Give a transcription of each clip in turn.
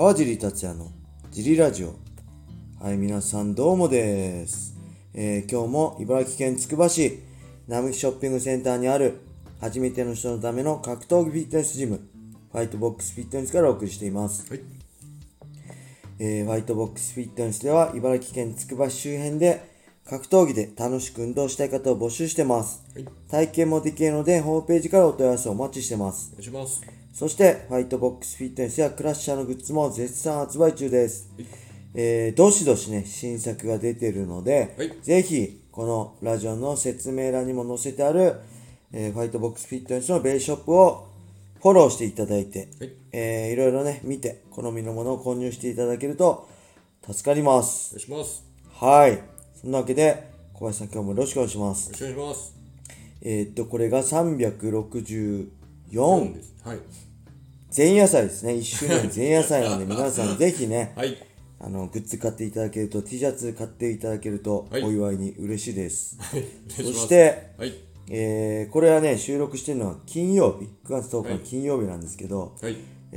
川尻達也のジリラジオ。はい、皆さんどうもです。今日も茨城県つくば市並木ショッピングセンターにある初めての人のための格闘技フィットネスジム、ファイトボックスフィットネスからお送りしています。 はい。 ファイトボックスフィットネスでは茨城県つくば市周辺で格闘技で楽しく運動したい方を募集してます。 はい。 体験もできるのでホームページからお問い合わせをお待ちしてます。 お願いします。 そしてファイトボックスフィットネスやクラッシャーのグッズも絶賛発売中です。どしどしね、新作が出てるので、 はい。 ぜひこのラジオの説明欄にも載せてある、ファイトボックスフィットネスのベイショップをフォローしていただいて、いろいろね、見て好みのものを購入していただけると助かりまおす。 願いします。 はい。そんなわけで、小林さん今日もよろしくお願いします。 よろしくお願いします。 これが364 です。はい。 前夜祭ですね。1周年前夜祭なんで皆さんぜひね、 はい。 グッズ買っていただけると T シャツ買っていただけるとはいお祝いに嬉しいです。 はい。お願いします。 そし、て、 はい。 これはね収録してるのは金曜日9月10日の金曜日なんですけど、 はい。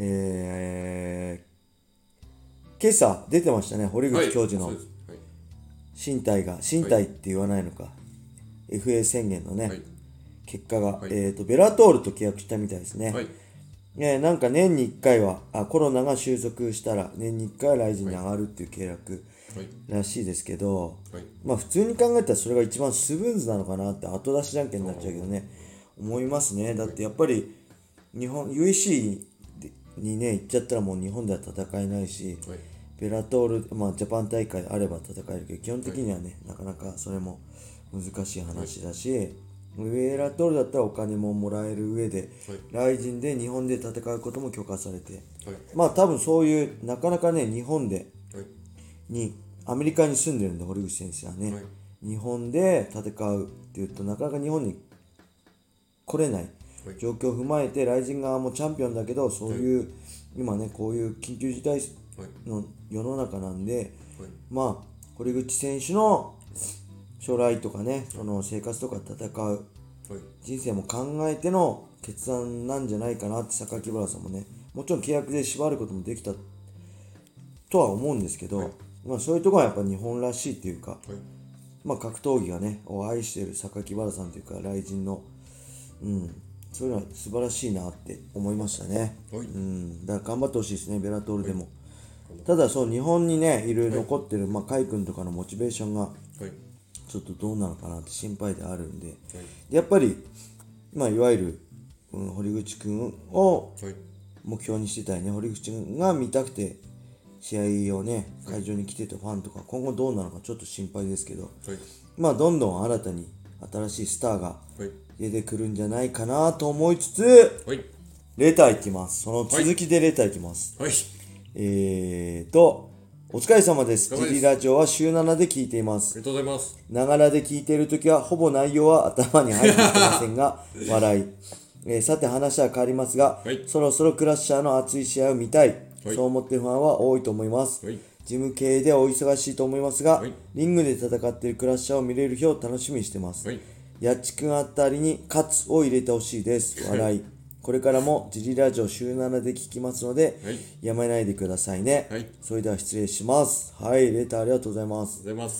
今朝出てましたね、堀はい。 口教授のそうです。はい。 身体って言わないのか、FA 宣言のね、 はい。 結果が、 はいベラトールと契約したみたいですね。 はい。 なんか年に1回はコロナが収束したら年に1回はライジンに上がるっていう契約はい。 らしいですけど、 はい。 まあ普通に考えたらそれが一番スムーズなのかなって後出しじゃんけんになっちゃうけどね、思いますね。だってやっぱり日本 UEC にね行っちゃったらもう日本では戦えないし、 はい。 ベラトール、まあジャパン大会あれば戦えるけど基本的にはね、なかなかそれも難しい話だし、ベラトールだったらお金ももらえる上で、ライジンで日本で戦うことも許可されて、 はい。 まあ多分そういうなかなかね日本ではい。 アメリカに住んでるんで堀口先生はね、 はい。 日本で戦うっていうとなかなか日本に来れないはい。 状況を踏まえて、ライジン側もチャンピオンだけどそういう今ねこういう緊急事態はい。 の世の中なんで、 はい。 まあ堀口選手の将来とかね、その生活とか戦うはい。 人生も考えての決断なんじゃないかなって榊原さんもね、もちろん契約で縛ることもできたとは思うんですけど、 はい。 まあそういうところはやっぱ日本らしいっていうか、 はい。 まあ格闘技がねを愛している榊原さんというかライジンの、そういうのは素晴らしいなって思いましたね。 はい。 だから頑張ってほしいですね、ベラトールでも。ただそう日本にねいる残ってる、まあカイ君とかのモチベーションがはい。 ちょっとどうなのかなって心配であるんで、 はい。 やっぱりまあいわゆる、堀口君をはい。 目標にしてたいね。堀口君が見たくて試合をね会場に来てたファンとか今後どうなのかちょっと心配ですけど、 はい。 まあどんどん新たに新しいスターがはい。 出てくるんじゃないかなと思いつつ、 はい。 レターいきます。その続きでレターいきます。 はい。 お疲れ様です。 お疲れ様ですジリラジオは週7で聞いていまあす。 りがとうございます。 ながらで聞いているときはほぼ内容は頭に入ってきませんが笑い、さて話は変わりますが、 はい。 そろそろクラッシャーの熱い試合を見たい、 はいそう思っているファンは多いと思います。 はい。 事務系でお忙しいと思いますが、 はい。 リングで戦っているクラッシャーを見れる日を楽しみにしてます。 はい。 やっちくんあたりにカツを入れてほしいです。笑い。これからもジリラジオ週7で聞きますので、 はい。 やめないでくださいね。 はい。 それでは失礼します。はい、レターありがとうございます。 ございます。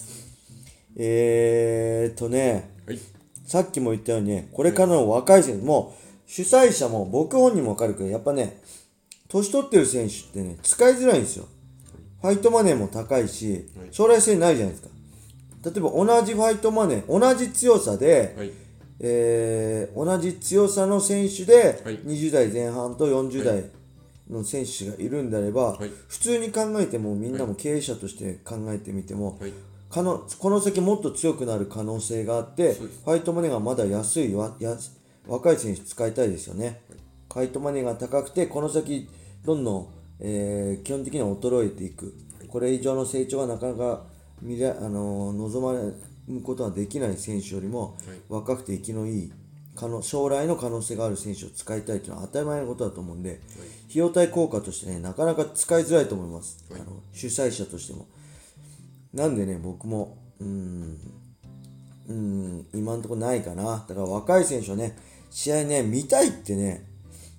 はい。 さっきも言ったようにね、これからの若い選手、もう主催者も僕本人もわかるけど、やっぱね、年取ってる選手ってね、使いづらいんですよ。ファイトマネーも高いし、将来性ないじゃないですか。例えば同じファイトマネー、同じ強さで、 はい。 同じ強さの選手ではい 20代前半と40代の選手がいるんであれば、 はい。 普通に考えてもみんなも経営者として考えてみても、 はい。 この先もっと強くなる可能性があって、 そうです。 ファイトマネーがまだ安い若い選手使いたいですよね。ファイトマネーが高くてこの先どんどん、基本的には衰えていく、これ以上の成長がなかなか望まれることができない選手よりも、若くて生きのいい将来の可能性がある選手を使いたいというのは当たり前のことだと思うんで、費用対効果としてねなかなか使いづらいと思います、主催者としても。なんでね僕も今のところないかな。だから若い選手はね試合ね見たいってね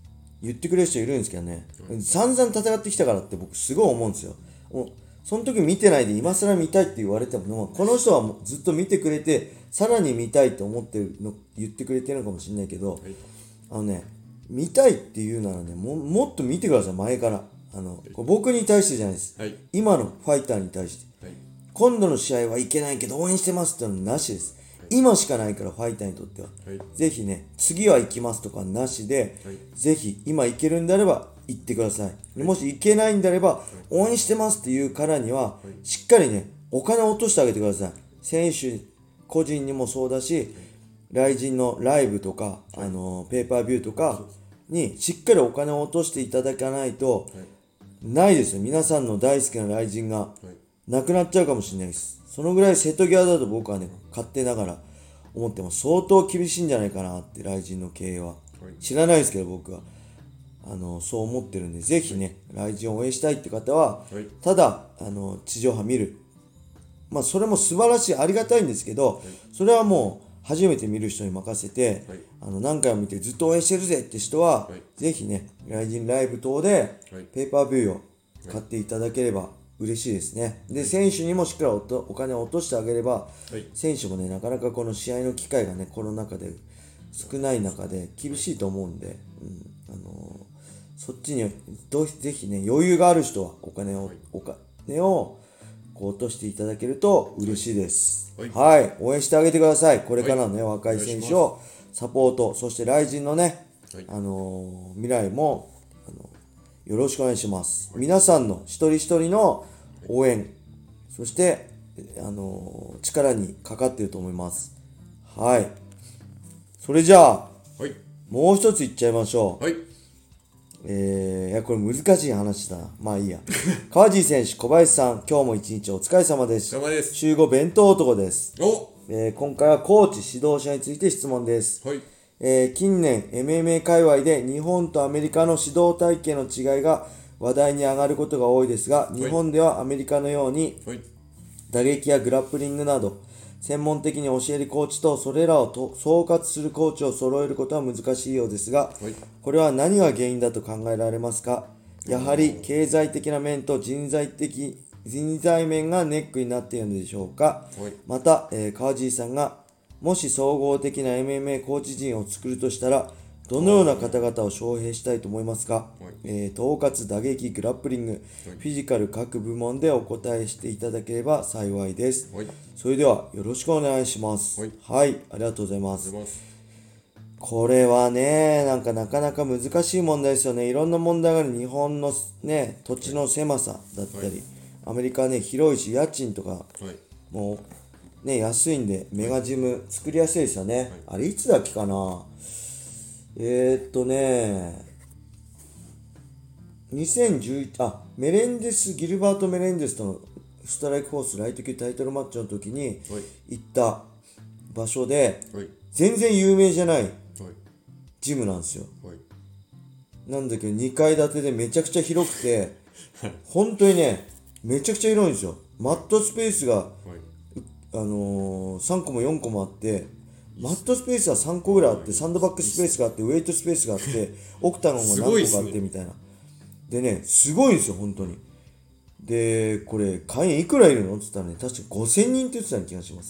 言ってくれる人いるんですけどね、散々戦ってきたからって僕すごい思うんですよ。もうその時見てないで今更見たいって言われても、この人はもうずっと見てくれてさらに見たいと思ってるの言ってくれてるのかもしれないけど、見たいっていうならね、もっと見てください。前からこれ僕に対してじゃないです、今のファイターに対して、今度の試合はいけないけど応援してますってのはなしです。今しかないからファイターにとっては、ぜひね、次は行きますとかなしで、ぜひ今行けるんであれば行ってください。もし行けないんであれば、応援してますっていうからには、しっかりね、お金を落としてあげてください。選手個人にもそうだし、雷神のライブとか、ペーパービューとかにしっかりお金を落としていただかないと、ないですよ。皆さんの大好きな雷神がなくなっちゃうかもしれないです。そのぐらい瀬戸際だと僕はね、勝手ながら思っても相当厳しいんじゃないかなって、雷神の経営は。知らないですけど僕は。そう思ってるんで、ぜひね、雷神を応援したいって方は、ただ、地上波見る。まあ、それも素晴らしい、ありがたいんですけど、それはもう、初めて見る人に任せて、何回も見てずっと応援してるぜって人は、ぜひね、雷神ライブ等で、ペーパービューを買っていただければ嬉しいですね。で、選手にもしっかりお金を落としてあげれば、選手もね、なかなかこの試合の機会がね、コロナ禍で少ない中で厳しいと思うんで、そっちにぜひね、余裕がある人はお金をこう落としていただけると嬉しいです。はい、応援してあげてください。これからのね、若い選手をサポート、そして雷神のね、未来もよろしくお願いします。皆さんの一人一人の応援、そして力にかかっていると思います。はい。それじゃあ、もう一ついっちゃいましょう。いや、これ難しい話だな。まあいいや。川地選手、小林さん、今日も一日お疲れ様です。週5弁当男です。今回はコーチ、指導者について質問です。近年、MMA 界隈で日本とアメリカの指導体系の違いが話題に上がることが多いですが、日本ではアメリカのように打撃やグラップリングなど、専門的に教えるコーチとそれらを総括するコーチを揃えることは難しいようですが、これは何が原因だと考えられますか？やはり経済的な面と人材面がネックになっているのでしょうか？また、川地さんがもし総合的な MMA コーチ陣を作るとしたら、どのような方々を招聘したいと思いますか？統括、打撃、グラップリング、フィジカル各部門でお答えしていただければ幸いです。それではよろしくお願いします。はい、ありがとうございます。これはね、なかなか難しい問題ですよね。いろんな問題がある。日本のね、土地の狭さだったり、アメリカはね、広いし、家賃とか、もうね、安いんで、メガジム作りやすいですよね。あれ、いつだっけかな。2011、ギルバート・メレンデスとのストライクフォースライト級タイトルマッチの時に行った場所で、全然有名じゃないジムなんですよ。なんだけど2階建てでめちゃくちゃ広くて、本当にね、めちゃくちゃ広いんですよ。マットスペースが、3個も4個もあって、マットスペースは3個ぐらいあって、サンドバッグスペースがあって、ウェイトスペースがあって、オクタゴンが何個かあってみたいな。でね、すごいんですよ、本当に。で、これ、会員いくらいるのって言ったらね、確か5000人って言ってたような気がします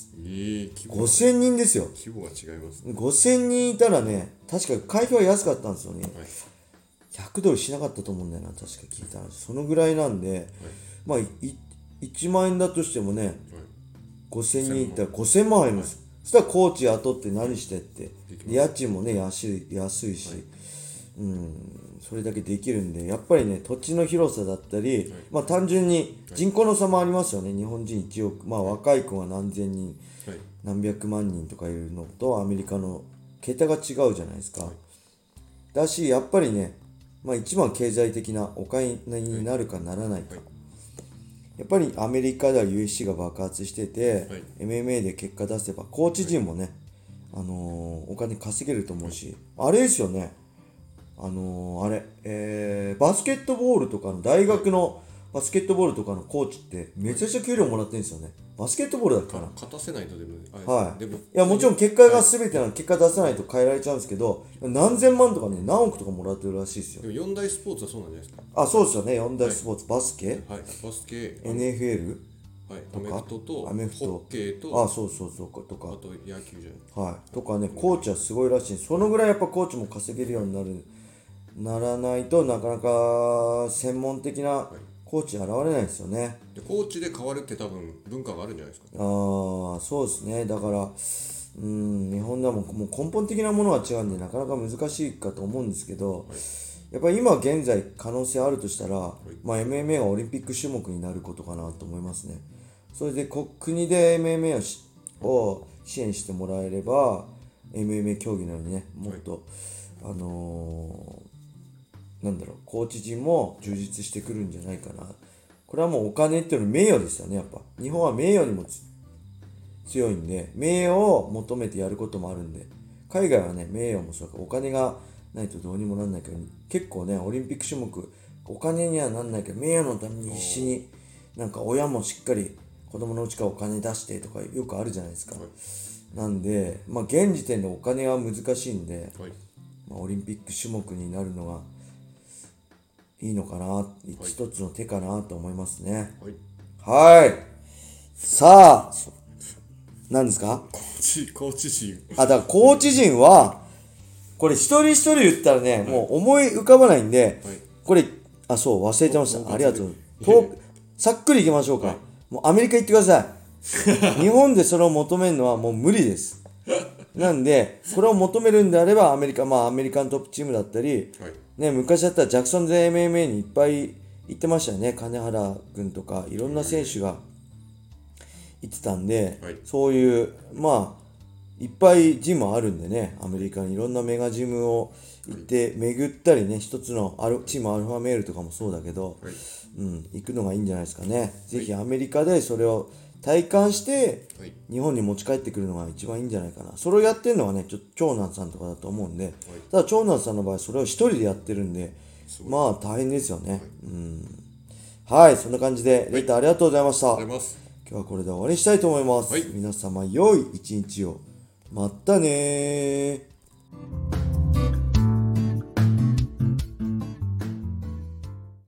。5000人ですよ。 規模が違いますね。 5000人いたらね、確か会費は安かったんですよね。100ドルしなかったと思うんだよな、確か聞いた話。そのぐらいなんで、まあ、1万円だとしてもね、5000人いったら5000万円です。そしたらコーチ雇って何してって。家賃もね、安いし、それだけできるんで、やっぱりね、土地の広さだったり、まあ単純に人口の差もありますよね。日本人1億、まあ若い子が何千人、何百万人とかいるのと、アメリカの桁が違うじゃないですか。だし、やっぱりね、まあ一番経済的なお金になるかならないか。やっぱりアメリカでは USC が爆発してて、MMA で結果出せば、コーチ陣もね、お金稼げると思うし、あれですよね。バスケットボールとかの大学のバスケットボールとかのコーチってめちゃくちゃ給料もらってるんですよね。バスケットボールだっけかな。 勝たせないとでもはい。 でもいや、もちろん結果が全てなの、結果出さないと変えられちゃうんですけど、何千万とかね、何億とかもらってるらしいですよ。 でも4大スポーツはそうなんじゃないですか。 あ、そうですよね。4大スポーツ、バスケ、 はい、バスケ、 NFL、 はい、アメフトとアメフトホッケーとあ、そうとか、 あと野球じゃない。 はい、とかね、コーチはすごいらしい。そのぐらいやっぱコーチも稼げるようにならないとなかなか専門的なコーチ現れないですよね。 でコーチで変わるって多分文化があるんじゃないですか。 ああ、そうですね。だから日本ではもう根本的なものは違うんでなかなか難しいかと思うんですけど、やっぱり今現在可能性あるとしたら、MMA がオリンピック種目になることかなと思いますね。それで国で MMA を支援してもらえれば MMA 競技なのにね、もっと、コーチ陣も充実してくるんじゃないかな。これはもうお金っていうより名誉ですよね。やっぱ日本は名誉にも強いんで、名誉を求めてやることもあるんで、海外はね、名誉もそうか、お金がないとどうにもなんないけど、結構ね、オリンピック種目お金にはなんないけど名誉のために必死に、なんか親もしっかり子供のうちからお金出してとかよくあるじゃないですか。なんで、現時点でお金は難しいんで、オリンピック種目になるのがいいのかな、一つの手かなと思いますね。はい。さあ、何ですか？ コーチ陣。 だからコーチ陣は、これ一人一人言ったらね、もう思い浮かばないんで、これ、そう、忘れてました。ありがとう。さっくりいきましょうか。もうアメリカ行ってください。日本でそれを求めるのはもう無理です。なんで、これを求めるんであれば、アメリカントップチームだったり、昔だったらジャクソンズ MMA にいっぱい行ってましたよね。金原君とか、いろんな選手が行ってたんで、そういう、いっぱいジムあるんでね、アメリカにいろんなメガジムを行って巡ったりね、一つのチームアルファメールとかもそうだけど、行くのがいいんじゃないですかね。ぜひアメリカでそれを体感して、日本に持ち帰ってくるのが一番いいんじゃないかな。それをやってるのはね、長男さんとかだと思うんで、ただ長男さんの場合それを一人でやってるんで、大変ですよね。はい、そんな感じで、レターありがとうございました。今日はこれで終わりにしたいと思います。皆様良い一日を。またねー。